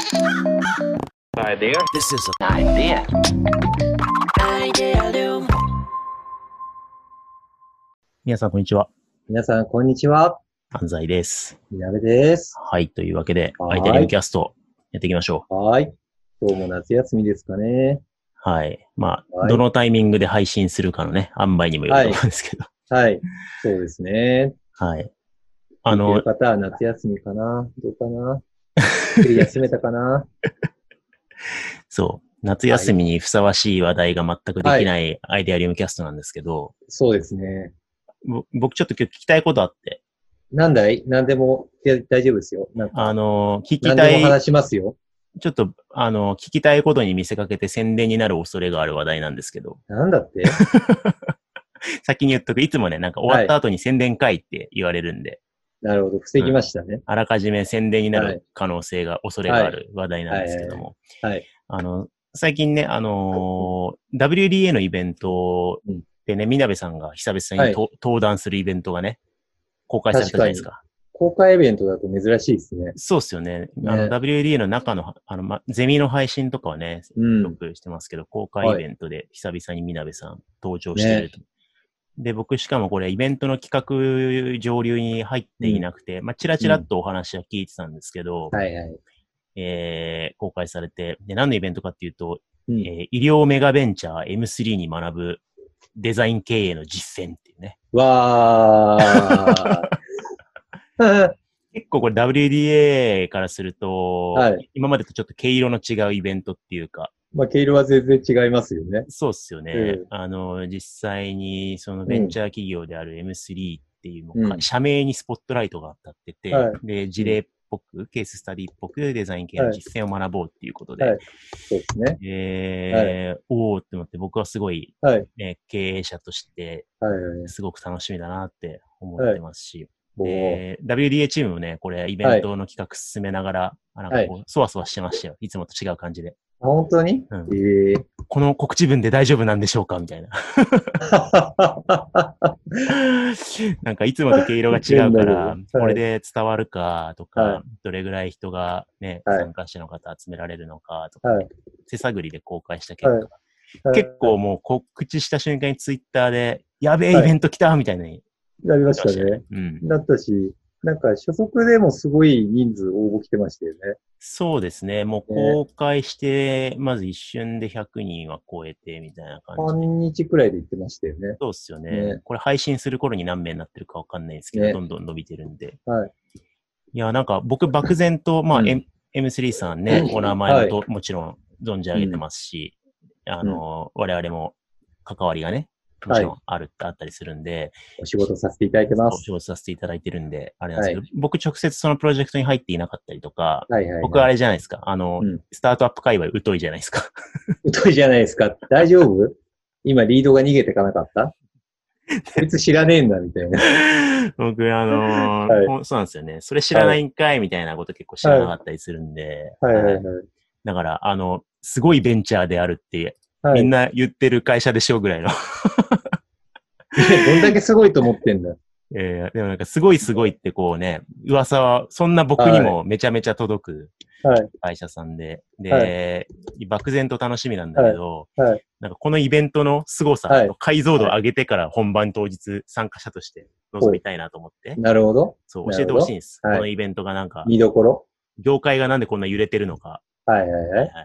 Idea. This is an idea. Idea. 皆さん、こんにちは。 皆さん、こんにちは。 安西です。 みなべです。 はい。というわけで、アイデアリウムキャスト、やっていきましょう。 はい。今日も夏休みですかね。 はい。まあ、どのタイミングで配信するかのね、塩梅にもよると思うんですけど。 はい。そうですね。 はい。 聞いてる方は夏休みかな？どうかな？ゆっくり休めたかな？ そう。夏休みにふさわしい話題が全くできないアイデアリウムキャストなんですけど。 そうですね。 僕ちょっと今日聞きたいことあって。 なんだい？何でも大丈夫ですよ。なんか聞きたい。 何でも話しますよ。 ちょっと、聞きたいことに見せかけて宣伝になる恐れがある話題なんですけど。 なんだって先に言っとく。いつもね、なんか終わった後に宣伝会って言われるんで。 なるほど。防ぎましたね。 あらかじめ宣伝になる可能性が、恐れがある話題なんですけども。 はい。 最近ね、WDA のイベントでね、みなべさんが久々に登壇するイベントがね、公開されたじゃないですか。 公開イベントだと珍しいですね。 そうですよね。WDA の中の、ゼミの配信とかはね、よくしてますけど、公開イベントで久々にみなべさん登場していると。で、僕しかもこれイベントの企画上流に入っていなくて、チラチラっとお話は聞いてたんですけど、公開されて、で、何のイベントかっていうと、医療メガベンチャー M3 に学ぶデザイン経営の実践っていうね。 わー。 結構これ WDA からすると、今までとちょっと毛色の違うイベントっていうか。 毛色は全然違いますよね。 そうっすよね。実際にそのベンチャー企業である M3 っていう、社名にスポットライトが当たってて、で、事例っぽく、ケーススタディっぽくデザイン系の実践を学ぼうっていうことで。 そうですね。 おーって思って僕はすごい、経営者として、すごく楽しみだなって思ってますし。WDA チームもね、これイベントの企画進めながら、なんかこう、そわそわしてましたよ。いつもと違う感じで。 本当に？ この告知文で大丈夫なんでしょうかみたいな。なんかいつもと毛色が違うから、これで伝わるかとか、どれぐらい人がね、参加者の方集められるのかとか、手探りで公開した結果、結構もう告知した瞬間にツイッターで、やべえイベント来たみたいな。 やりましたね。だったし、なんか初速でもすごい人数応募来てましたよね。 そうですね。もう公開して、まず一瞬で100人は超えてみたいな感じ。 半日くらいで行ってましたよね。 そうですよね。これ配信する頃に何名になってるかわかんないですけど、どんどん伸びてるんで。いや、なんか僕漠然と、M3 さんね、お名前ももちろん存じ上げてますし、我々も関わりがね、もちろんあったりするんで。 お仕事させていただいてます。 お仕事させていただいてるんで、あれなんですけど、僕直接そのプロジェクトに入っていなかったりとか、僕あれじゃないですか、スタートアップ界隈疎いじゃないですか。 疎いじゃないですか。大丈夫？今リードが逃げてかなかった？こいつ知らねえんだ、みたいな。 僕、そうなんですよね。それ知らないんかいみたいなこと結構知らなかったりするんで。だから、すごいベンチャーであるって、みんな言ってる会社でしょうぐらいの。 どんだけすごいと思ってんだ。 でもなんかすごいってこうね、噂はそんな僕にもめちゃめちゃ届く会社さんで、で、漠然と楽しみなんだけど、なんかこのイベントの凄さ、解像度を上げてから本番当日参加者として臨みたいなと思って。 なるほど。 そう、教えてほしいんです。このイベントがなんか、 見どころ？ 業界がなんでこんな揺れてるのか。 はい。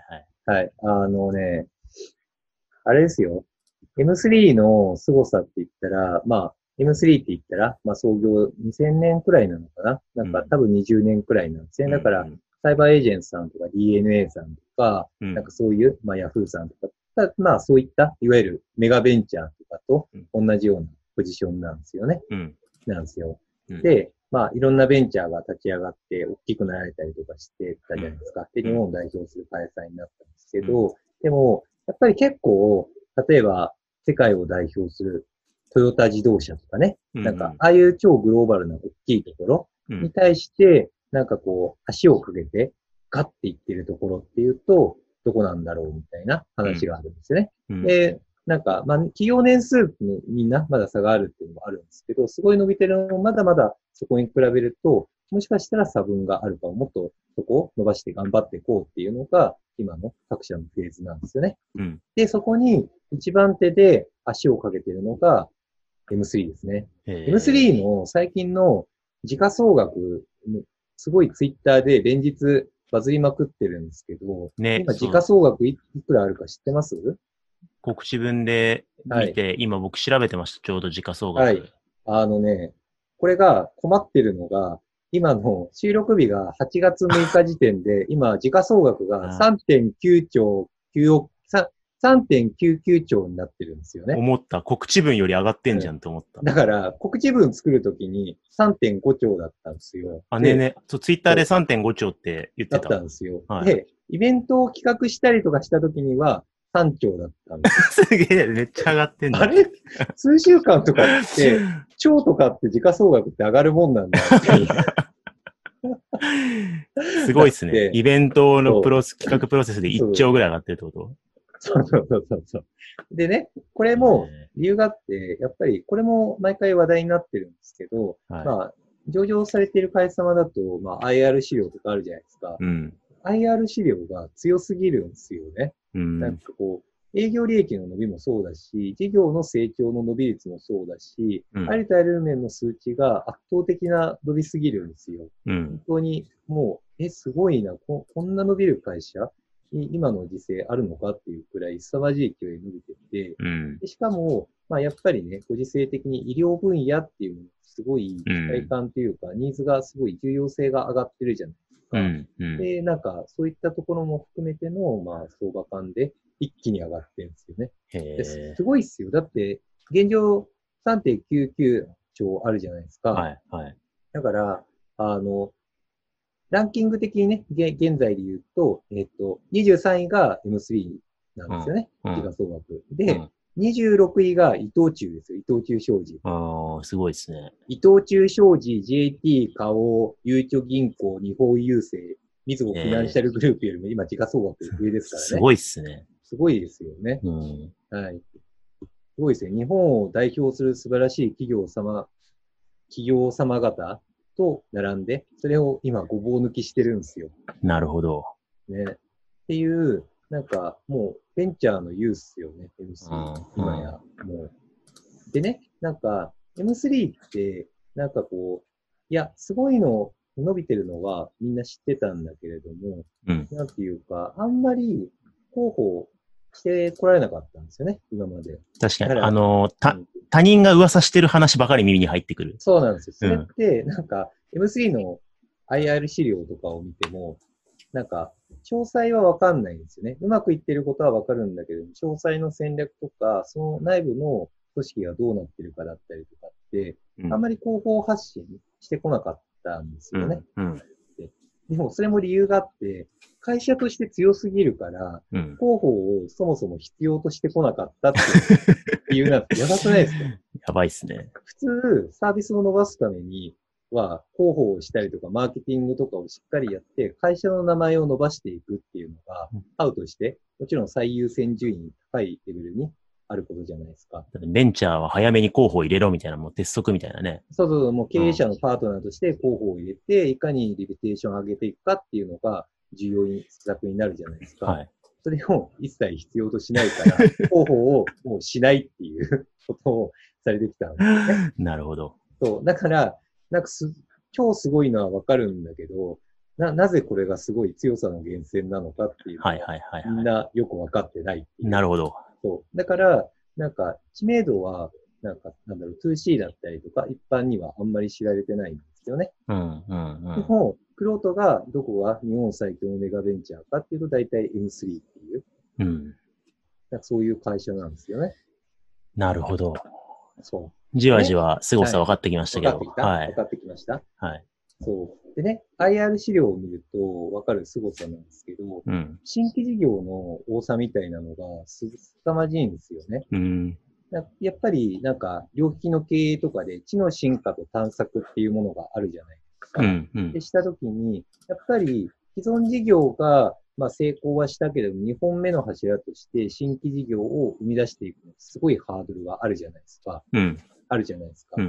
あれですよ。M3 の凄さって言ったら、M3 って言ったら、創業2000年くらいなのかな？なんか多分20年くらいなんですね。だから、サイバーエージェントさんとか DNA さんとか、なんかそういう、ヤフーさんとか、そういった、いわゆるメガベンチャーとかと同じようなポジションなんですよね。なんですよ。で、いろんなベンチャーが立ち上がって、大きくなられたりとかしてたじゃないですか。で、日本を代表する会社になったんですけど、でも、やっぱり結構、例えば、世界を代表するトヨタ自動車とかね、なんか、ああいう超グローバルな大きいところに対して、なんかこう、足をかけて、ガッていってるところっていうと、どこなんだろうみたいな話があるんですね。で、なんか、企業年数にみんなまだ差があるっていうのもあるんですけど、すごい伸びてるのもまだまだそこに比べるともしかしたら差分があるかも、もっとそこを伸ばして頑張っていこうっていうのが、今の各社のフェーズなんですよね。 うん。 で、そこに一番手で足をかけているのが M3 ですね。M3 の最近の時価総額、すごいツイッターで連日バズりまくってるんですけど、 ね、 今時価総額いくらあるか知ってます？ 告知文で見て、今僕調べてました。ちょうど時価総額。 はい。これが困ってるのが、今の収録日が8月6日時点で、今時価総額が3.9兆9億、3.99兆になってるんですよね。 思った。告知文より上がってんじゃんと思った。 だから、告知文作るときに3.5兆だったんですよ。 ツイッターで 3.5 兆って言ってた。 だったんですよ。はい、で、イベントを企画したりとかしたときには3兆だったんです。 すげえ、めっちゃ上がってんだ。 あれ数週間とかって、兆とかって時価総額って上がるもんなんだっていう。 すごいですね。イベントの企画プロセスで1兆ぐらい上がってるってこと？ そう。でね、これも理由があって、やっぱりこれも毎回話題になってるんですけど、はい、まあ、上場されている会社様だと、まあ、IR 資料とかあるじゃないですか。IR 資料が強すぎるんですよね。なんかこう、営業利益の伸びもそうだし、事業の成長の伸び率もそうだし、ありとあらゆる面の数値が圧倒的な伸びすぎるんですよ。本当にもう、すごいな、こんな伸びる会社今の時勢あるのかっていうくらい凄まじい勢いで伸びてて、でしかも、まあやっぱりね、ご時世的に医療分野っていうのすごい期待感というか、ニーズがすごい重要性が上がってるじゃないですか。で、なんかそういったところも含めての、まあ相場感で一気に上がってるんですよね。すごいっすよ。だって、現状3.99兆あるじゃないですか。 はいはい。 だから、ランキング的にね、現在で言うと、23位が M3 なんですよね。時価総額。で、26位が伊藤忠ですよ。伊藤忠商事。 すごいですね。 伊藤忠商事、JT、花王、ゆうちょ銀行、日本郵政、みずほフィナンシャルグループよりも今時価総額上ですからね。 すごいっすね。 すごいですよね。はい。すごいですね。日本を代表する素晴らしい企業様方と並んで、それを今ごぼう抜きしてるんですよ。 なるほど。 ね。っていう、なんかもうベンチャーのユースよね、M3。今や、もう。でね、なんか M3 って、なんかこう、いや、すごいの、伸びてるのはみんな知ってたんだけれども、なんていうか、あんまり広報してこられなかったんですよね、今まで。 確かに。他人が噂してる話ばかり耳に入ってくる。 そうなんですよ。それって、なんか、M3 の IR 資料とかを見ても、なんか、詳細はわかんないんですよね。うまくいってることはわかるんだけど、詳細の戦略とか、その内部の組織がどうなってるかだったりとかって、あんまり広報発信してこなかったんですよね。でも、それも理由があって、会社として強すぎるから、広報をそもそも必要としてこなかったっていう理由なんです。やばくないですか？ やばいっすね。 普通、サービスを伸ばすためには、広報をしたりとか、マーケティングとかをしっかりやって、会社の名前を伸ばしていくっていうのが、ハウとして、もちろん最優先順位高いレベルにあることじゃないですか。 ベンチャーは早めに候補を入れろみたいな、もう鉄則みたいなね。 そう、もう経営者のパートナーとして候補を入れて、いかにリピテーションを上げていくかっていうのが重要に施策になるじゃないですか。はい。それを一切必要としないから、候補をもうしないっていうことをされてきたんですよね。 なるほど。 そう。だから、なんか超すごいのはわかるんだけど、なぜこれがすごい強さの源泉なのかっていうのは、みんなよくわかってないっていう。 なるほど。 そう。だから、なんか、知名度は、2C だったりとか、一般にはあんまり知られてないんですよね。でも、クロートがどこが日本最強のメガベンチャーかっていうと、大体 M3 っていう。なんかそういう会社なんですよね。 なるほど。 そう。 じわじわ凄さ分かってきましたけど。 分かってきました。 はい。 そう。でね、IR 資料を見ると分かる凄さなんですけど、新規事業の多さみたいなのが凄まじいんですよね。やっぱりなんか、領域の経営とかで知の進化と探索っていうものがあるじゃないですか。でしたときに、やっぱり既存事業がまあ成功はしたけれども、2本目の柱として新規事業を生み出していくのすごいハードルがあるじゃないですか。あるじゃないですか。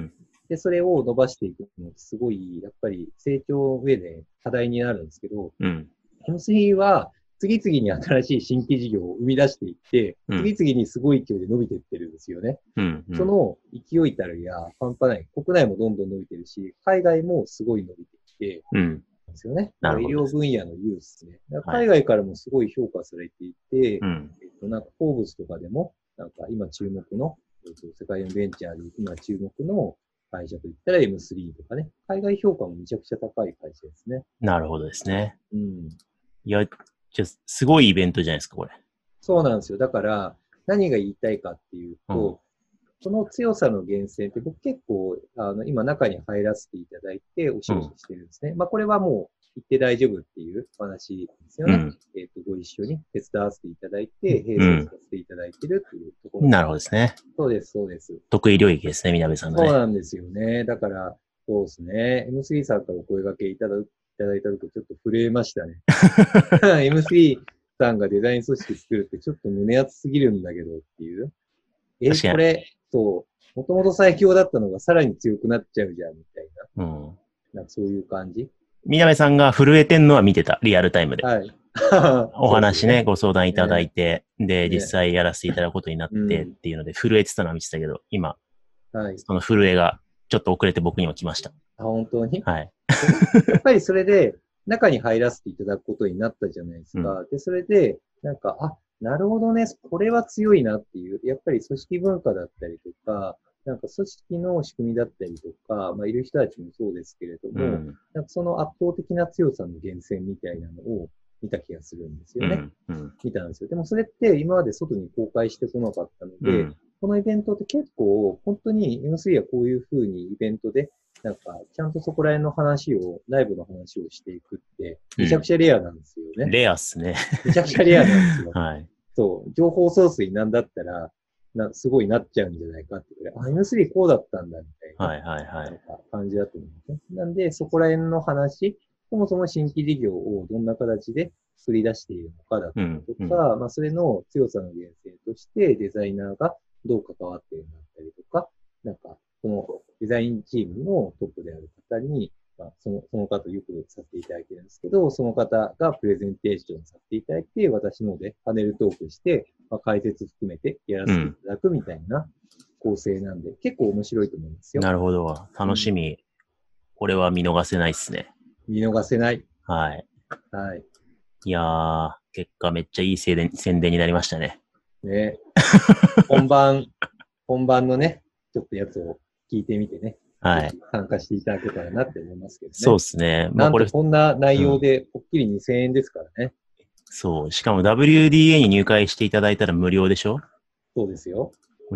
で、それを伸ばしていくのってすごい、やっぱり成長の上で課題になるんですけど、M3 は次々に新しい新規事業を生み出していって、次々にすごい勢いで伸びていってるんですよね。その勢いたるや半端ない。国内もどんどん伸びてるし、海外もすごい伸びてきて、ですよね。医療分野のユースね。海外からもすごい評価されていて、なんか、フォーブスとかでも、なんか今注目の、世界のベンチャーで今注目の会社といったら M3 とかね。海外評価もめちゃくちゃ高い会社ですね。 なるほどですね。いや、すごいイベントじゃないですか、これ。 そうなんですよ。だから、何が言いたいかっていうと、この強さの源泉って僕結構、今中に入らせていただいてお仕事してるんですね。まあこれはもう行って大丈夫っていうお話ですよね。ご一緒に手伝わせていただいて、並走させていただいてるっていうところ。 なるほどですね。 そうです、そうです。 得意領域ですね、みなべさんのね。 そうなんですよね。だから、そうですね。M3 さんからお声掛けいただいたときちょっと震えましたね。M3 さんがデザイン組織作るってちょっと胸熱すぎるんだけどっていう。これ、そう、もともと最強だったのがさらに強くなっちゃうじゃん、みたいな。なんかそういう感じ。 みなべさんが震えてんのは見てた、リアルタイムで。 はい。 お話ね、ご相談いただいて、で、実際やらせていただくことになってっていうので、震えてたのは見てたけど、今、その震えがちょっと遅れて僕にも来ました。 本当に？ はい。 やっぱりそれで、中に入らせていただくことになったじゃないですか。で、それで、なんか、なるほどね、これは強いなっていう、やっぱり組織文化だったりとか、なんか組織の仕組みだったりとか、まあ、いる人たちもそうですけれども、なんかその圧倒的な強さの源泉みたいなのを見た気がするんですよね。見たんですよ。でもそれって今まで外に公開してこなかったので、このイベントって結構、本当に M3 はこういう風にイベントで、なんか、ちゃんとそこら辺の話を、内部の話をしていくって、めちゃくちゃレアなんですよね。 レアっすね。 めちゃくちゃレアなんですよ。 はい。 そう、情報ソースになんだったら、すごいなっちゃうんじゃないかって。M3 こうだったんだ、みたいな。なんか感じだと思うんですね。なんで、そこら辺の話、そもそも新規事業をどんな形で作り出しているのかだったりとか、まあ、それの強さの源泉として、デザイナーがどう関わっているんだったりとか、なんか、そのデザインチームのトップである方に、まあ、その方よくさせていただいてるんですけど、その方がプレゼンテーションさせていただいて、私の方でパネルトークして、まあ、解説含めてやらせていただくみたいな構成なんで、結構面白いと思いますよ。 なるほど。楽しみ。これは見逃せないっすね。 見逃せない。 はい。 はい。 いやー、結果めっちゃいい宣伝になりましたね。 ね。本番のね、ちょっとやつを聞いてみてね。 はい。 参加していただけたらなって思いますけどね。 そうですね。 まあ、こんな内容で、ぽっきり2000円ですからね。 そう。しかも WDA に入会していただいたら無料でしょ？ そうですよ。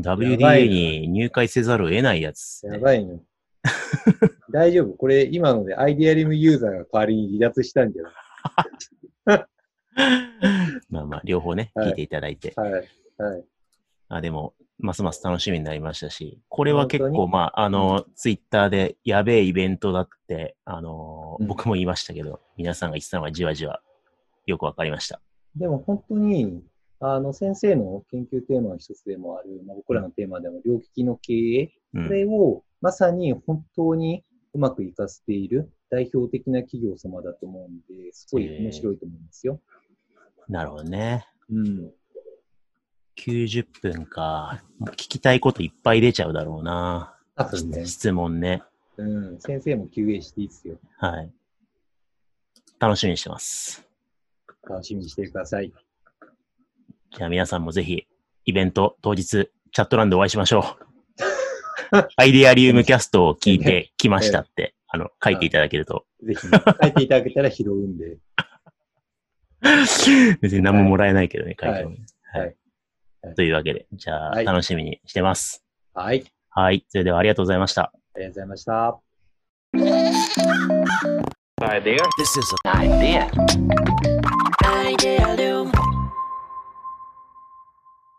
WDA に入会せざるを得ないやつ、 やばいの。大丈夫。これ、今のでアイデアリムユーザーが代わりに離脱したんじゃないまあまあ、両方ね、聞いていただいて。 はい。はい。 でも、ますます楽しみになりましたし、これは結構、まあ、ツイッターでやべえイベントだって、僕も言いましたけど、皆さんが言ってたのがじわじわよくわかりました。 でも本当に、先生の研究テーマの一つでもある、まあ、僕らのテーマでも両利きの経営、これをまさに本当にうまく活かせている代表的な企業様だと思うんで、すごい面白いと思いますよ。 なるほどね。90分か。聞きたいこといっぱい出ちゃうだろうな。質問ね。 先生も QA していいですよ。 はい。楽しみにしてます。 楽しみにしてください。 じゃあ皆さんもぜひ、イベント当日、チャット欄でお会いしましょう。アイデアリウムキャストを聞いてきましたって、書いていただけると。 ぜひ、書いていただけたら拾うんで。 別に何ももらえないけどね、書いても。はい。というわけで、じゃあ、楽しみにしてます。 はい。 はい。それではありがとうございました。 ありがとうございました。 Idea? This is an idea. Idea Loom.